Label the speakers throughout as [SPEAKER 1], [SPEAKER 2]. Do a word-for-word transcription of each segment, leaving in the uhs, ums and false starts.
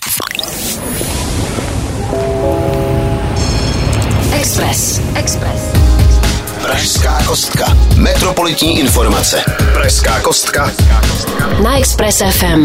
[SPEAKER 1] Express. Express.
[SPEAKER 2] Pražská kostka. Metropolitní informace. Pražská kostka.
[SPEAKER 1] Na Express F M.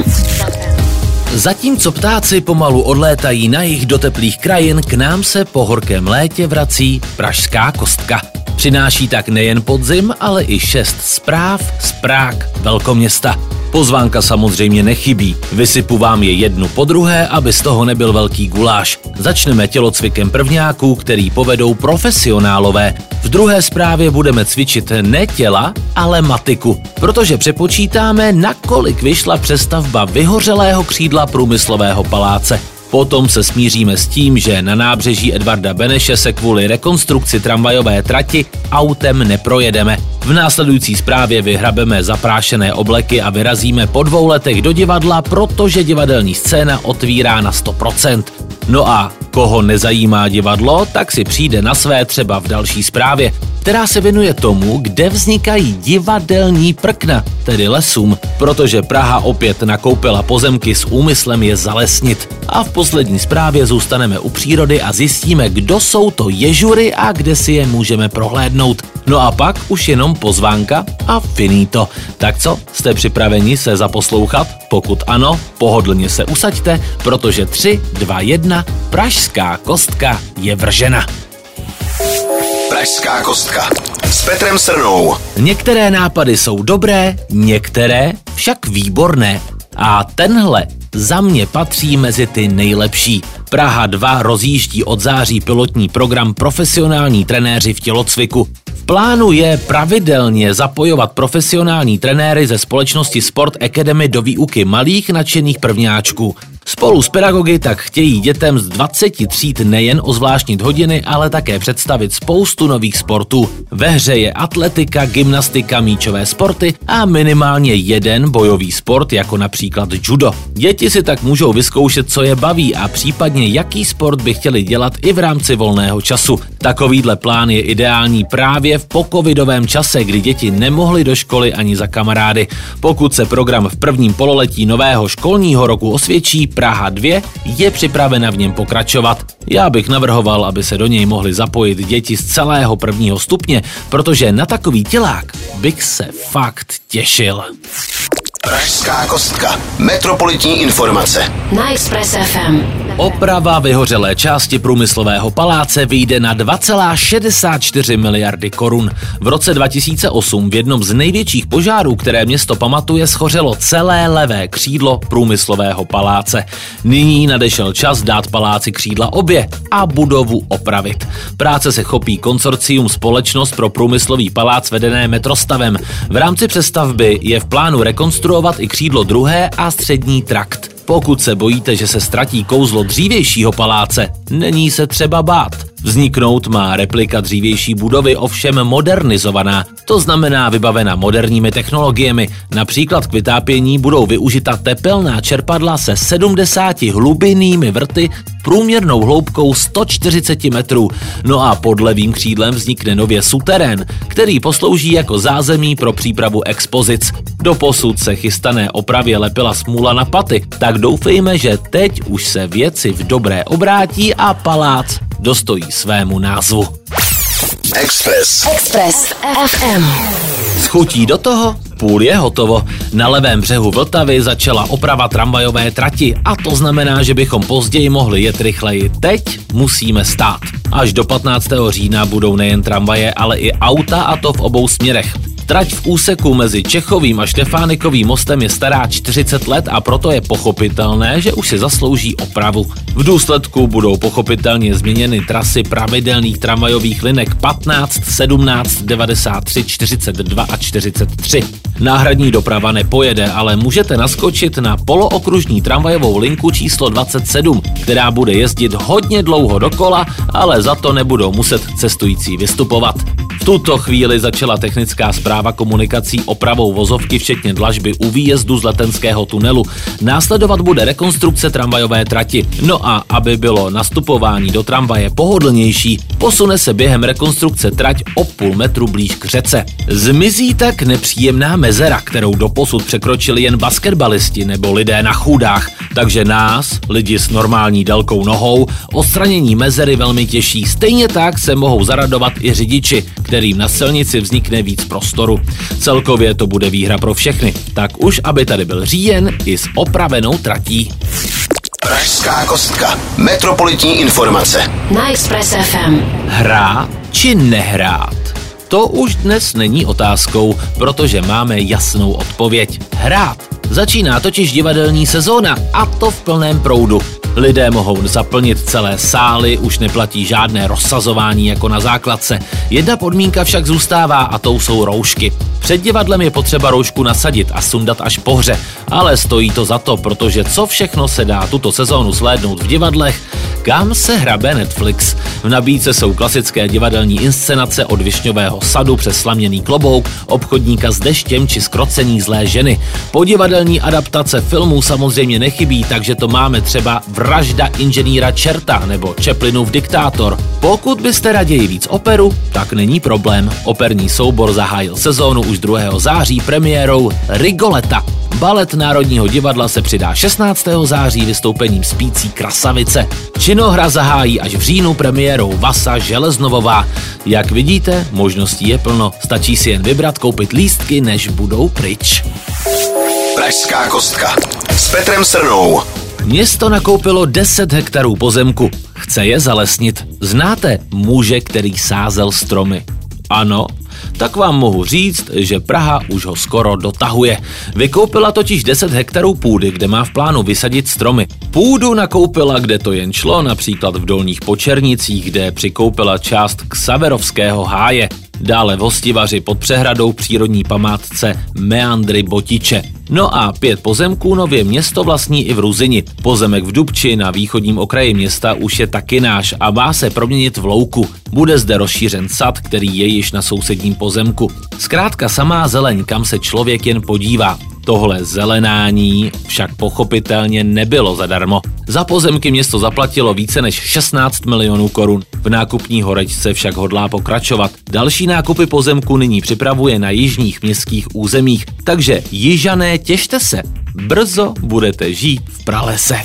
[SPEAKER 3] Zatímco ptáci pomalu odlétají na jih do teplých krajin, k nám se po horkém létě vrací Pražská kostka. Přináší tak nejen podzim, ale i šest zpráv z Prák, velkoměsta. Pozvánka samozřejmě nechybí. Vysypu vám je jednu po druhé, aby z toho nebyl velký guláš. Začneme tělocvikem prvňáků, který povedou profesionálové. V druhé zprávě budeme cvičit ne těla, ale matiku, protože přepočítáme, nakolik vyšla přestavba vyhořelého křídla Průmyslového paláce. Potom se smíříme s tím, že na nábřeží Edvarda Beneše se kvůli rekonstrukci tramvajové trati autem neprojedeme. V následující zprávě vyhrabeme zaprášené obleky a vyrazíme po dvou letech do divadla, protože divadelní scéna otvírá na sto procent. No a koho nezajímá divadlo, tak si přijde na své třeba v další zprávě, která se věnuje tomu, kde vznikají divadelní prkna, tedy lesům, protože Praha opět nakoupila pozemky s úmyslem je zalesnit. A v poslední zprávě zůstaneme u přírody a zjistíme, kdo jsou to ježury a kde si je můžeme prohlédnout. No a pak už jenom pozvánka a finito. Tak co, jste připraveni se zaposlouchat? Pokud ano, pohodlně se usaďte, protože tři, dva, jedna, Pražská kostka je vržena.
[SPEAKER 2] Pražská kostka s Petrem Srnou.
[SPEAKER 3] Některé nápady jsou dobré, některé však výborné. A tenhle za mě patří mezi ty nejlepší. Praha dva rozjíždí od září pilotní program Profesionální trenéři v tělocviku. V plánu je pravidelně zapojovat profesionální trenéry ze společnosti Sport Academy do výuky malých nadšených prvňáčků. Spolu s pedagogy tak chtějí dětem z dvaceti tříd nejen ozvláštnit hodiny, ale také představit spoustu nových sportů. Ve hře je atletika, gymnastika, míčové sporty a minimálně jeden bojový sport, jako například judo. Děti si tak můžou vyzkoušet, co je baví a případně jaký sport by chtěli dělat i v rámci volného času. Takovýhle plán je ideální právě v pocovidovém čase, kdy děti nemohly do školy ani za kamarády. Pokud se program v prvním pololetí nového školního roku osvědčí, Praha dva je připravena v něm pokračovat. Já bych navrhoval, aby se do něj mohli zapojit děti z celého prvního stupně, protože na takový tělák bych se fakt těšil.
[SPEAKER 2] Pražská kostka. Metropolitní informace.
[SPEAKER 1] Na Express F M.
[SPEAKER 3] Oprava vyhořelé části Průmyslového paláce vyjde na dva celá šedesát čtyři miliardy korun. V roce dva tisíce osm v jednom z největších požárů, které město pamatuje, schořelo celé levé křídlo Průmyslového paláce. Nyní nadešel čas dát paláci křídla obě a budovu opravit. Práce se chopí konsorcium Společnost pro Průmyslový palác vedené Metrostavem. V rámci přestavby je v plánu rekonstruovat i křídlo druhé a střední trakt. Pokud se bojíte, že se ztratí kouzlo dřívějšího paláce, není se třeba bát. Vzniknout má replika dřívější budovy, ovšem modernizovaná, to znamená vybavena moderními technologiemi. Například k vytápění budou využita tepelná čerpadla se sedmdesáti hlubinnými vrty průměrnou hloubkou sto čtyřicet metrů. No a pod levým křídlem vznikne nově suterén, který poslouží jako zázemí pro přípravu expozic. Doposud se chystané opravě lepila smůla na paty, tak doufejme, že teď už se věci v dobré obrátí a palác dostojí svému názvu.
[SPEAKER 2] Express.
[SPEAKER 1] Express F M.
[SPEAKER 3] S chutí do toho, půl je hotovo. Na levém břehu Vltavy začala oprava tramvajové trati a to znamená, že bychom později mohli jet rychleji. Teď musíme stát. Až do patnáctého října budou nejen tramvaje, ale i auta, a to v obou směrech. Trať v úseku mezi Čechovým a Štefánikovým mostem je stará čtyřicet let a proto je pochopitelné, že už si zaslouží opravu. V důsledku budou pochopitelně změněny trasy pravidelných tramvajových linek patnáct, sedmnáct, devadesát tři, čtyřicet dva a čtyřicet tři. Náhradní doprava nepojede, ale můžete naskočit na polookružní tramvajovou linku číslo dvacet sedm, která bude jezdit hodně dlouho dokola, ale za to nebudou muset cestující vystupovat. V tuto chvíli začala technická správa komunikací opravou vozovky včetně dlažby u výjezdu z Letenského tunelu. Následovat bude rekonstrukce tramvajové trati. No a aby bylo nastupování do tramvaje pohodlnější, posune se během rekonstrukce trať o půl metru blíž k řece. Zmizí tak nepříjemná mezera, kterou doposud překročili jen basketbalisti nebo lidé na chůdách. Takže nás, lidi s normální délkou nohou, odstranění mezery velmi těší. Stejně tak se mohou zaradovat i řidiči, kterým na silnici vznikne víc prostoru. Celkově to bude výhra pro všechny. Tak už, aby tady byl říjen i s opravenou tratí.
[SPEAKER 2] Pražská kostka. Metropolitní informace.
[SPEAKER 1] Na Express F M.
[SPEAKER 3] Hrát či nehrát? To už dnes není otázkou, protože máme jasnou odpověď. Hrát. Začíná totiž divadelní sezóna a to v plném proudu. Lidé mohou zaplnit celé sály, už neplatí žádné rozsazování jako na základce. Jedna podmínka však zůstává a tou jsou roušky. Před divadlem je potřeba roušku nasadit a sundat až po hře, ale stojí to za to, protože co všechno se dá tuto sezónu slédnout v divadlech, kam se hrabe Netflix. V nabídce jsou klasické divadelní inscenace od Višňového sadu přes Slaměný klobouk, Obchodníka s deštěm či Zkrocení zlé ženy. Podivadelní adaptace filmů samozřejmě nechybí, takže to máme třeba Vražda inženýra Čerta nebo Chaplinův Diktátor. Pokud byste raději víc operu, tak není problém. Operní soubor zahájil sezónu už druhého září premiérou Rigoleta. Balet Národního divadla se přidá šestnáctého září vystoupením Spící krasavice. Činohra zahájí až v říjnu premiérou Vasa Železnovová. Jak vidíte, možností je plno. Stačí si jen vybrat, koupit lístky, než budou pryč.
[SPEAKER 2] Pražská kostka s Petrem Srnou.
[SPEAKER 3] Město nakoupilo deset hektarů pozemku. Chce je zalesnit. Znáte muže, který sázel stromy? Ano? Tak vám mohu říct, že Praha už ho skoro dotahuje. Vykoupila totiž deset hektarů půdy, kde má v plánu vysadit stromy. Půdu nakoupila, kde to jen šlo, například v Dolních Počernicích, kde přikoupila část Ksaverovského háje. Dále v Hostivaři pod přehradou přírodní památce Meandry Botiče. No a pět pozemků nově město vlastní i v Ruzini. Pozemek v Dubči na východním okraji města už je taky náš a má se proměnit v louku. Bude zde rozšířen sad, který je již na sousedním pozemku. Zkrátka samá zeleň, kam se člověk jen podívá. Tohle zelenání však pochopitelně nebylo zadarmo. Za pozemky město zaplatilo více než šestnáct milionů korun. V nákupní horečce však hodlá pokračovat. Další nákupy pozemku nyní připravuje na jižních městských územích. Takže jižané, těšte se, brzo budete žít v pralese.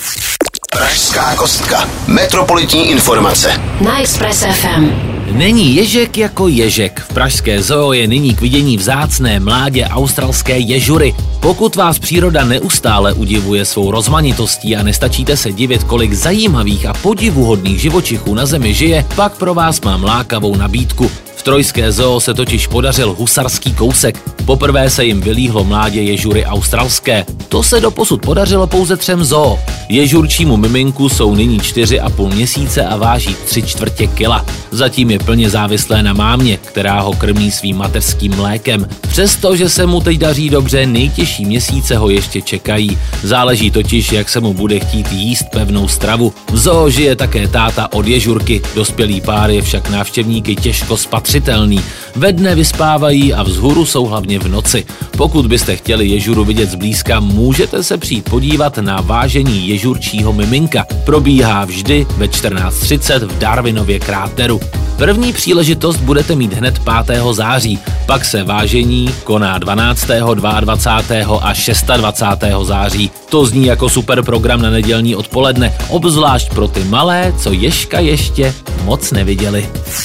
[SPEAKER 2] Pražská kostka. Metropolitní informace.
[SPEAKER 1] Na Express F M.
[SPEAKER 3] Není ježek jako ježek. V pražské zoo je nyní k vidění vzácné mládě australské ježury. Pokud vás příroda neustále udivuje svou rozmanitostí a nestačíte se divit, kolik zajímavých a podivuhodných živočichů na zemi žije, pak pro vás mám lákavou nabídku. V trojské zoo se totiž podařil husarský kousek. Poprvé se jim vylíhlo mládě ježury australské. To se doposud podařilo pouze třem zoo. Ježurčímu miminku jsou nyní čtyři a půl měsíce a váží tři čtvrtě kila. Zatím je plně závislé na mámě, která ho krmí svým mateřským mlékem. Přestože se mu teď daří dobře, nejtěžší měsíce ho ještě čekají. Záleží totiž, jak se mu bude chtít jíst pevnou stravu. V zoo žije také táta od ježurky. Dospělý pár je však návštěvníky těžko spatřitelný. Ve dne vyspávají a vzhůru jsou hlavně v noci. Pokud byste chtěli ježuru vidět zblízka, můžete se přijít podívat na vážení ježurčího miminka. Probíhá vždy ve čtrnáct třicet v Darwinově kráteru. První příležitost budete mít hned pátého září, pak se vážení koná dvanáctého, dvacátého druhého a dvacátého šestého září. To zní jako super program na nedělní odpoledne, obzvlášť pro ty malé, co ježka ještě moc neviděli.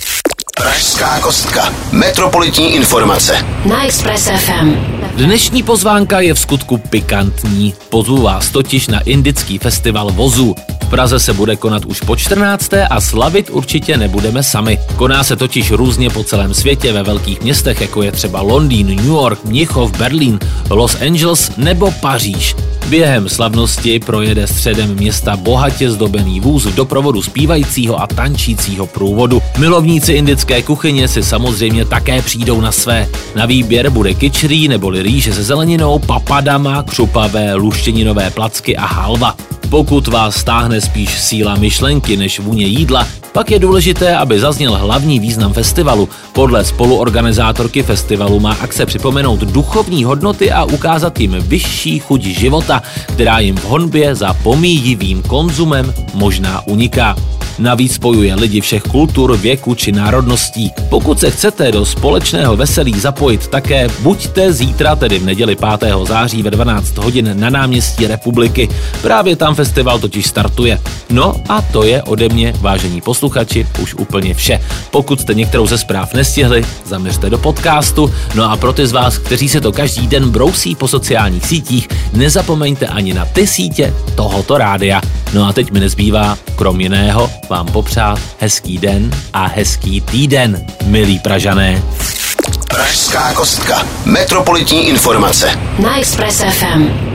[SPEAKER 2] Pražská kostka. Metropolitní informace.
[SPEAKER 1] Na Express F M.
[SPEAKER 3] Dnešní pozvánka je v skutku pikantní. Pozvu vás totiž na indický festival vozů. V Praze se bude konat už po čtrnácté a slavit určitě nebudeme sami. Koná se totiž různě po celém světě ve velkých městech, jako je třeba Londýn, New York, Mnichov, Berlín, Los Angeles nebo Paříž. Během slavnosti projede středem města bohatě zdobený vůz v doprovodu zpívajícího a tančícího průvodu. Milovníci indické kuchyně si samozřejmě také přijdou na své. Na výběr bude kičrí neboli rýže se zeleninou, papadama, křupavé, luštěninové placky a halva. Pokud vás stáhne vládne spíš síla myšlenky než vůně jídla, pak je důležité, aby zazněl hlavní význam festivalu. Podle spoluorganizátorky festivalu má akce připomenout duchovní hodnoty a ukázat jim vyšší chuť života, která jim v honbě za pomíjivým konzumem možná uniká. Navíc spojuje lidi všech kultur, věku či národností. Pokud se chcete do společného veselí zapojit také, buďte zítra, tedy v neděli pátého září ve dvanáct hodin na náměstí Republiky. Právě tam festival totiž startuje. No a to je ode mě, vážení posluchači, už úplně vše. Pokud jste některou ze zpráv nestihli, zaměřte do podcastu. No a pro ty z vás, kteří se to každý den brousí po sociálních sítích, nezapomeňte ani na ty sítě tohoto rádia. No a teď mi nezbývá, krom jiného, vám popřát hezký den a hezký týden, milí Pražané.
[SPEAKER 2] Pražská kostka. Metropolitní informace.
[SPEAKER 1] Na Express F M.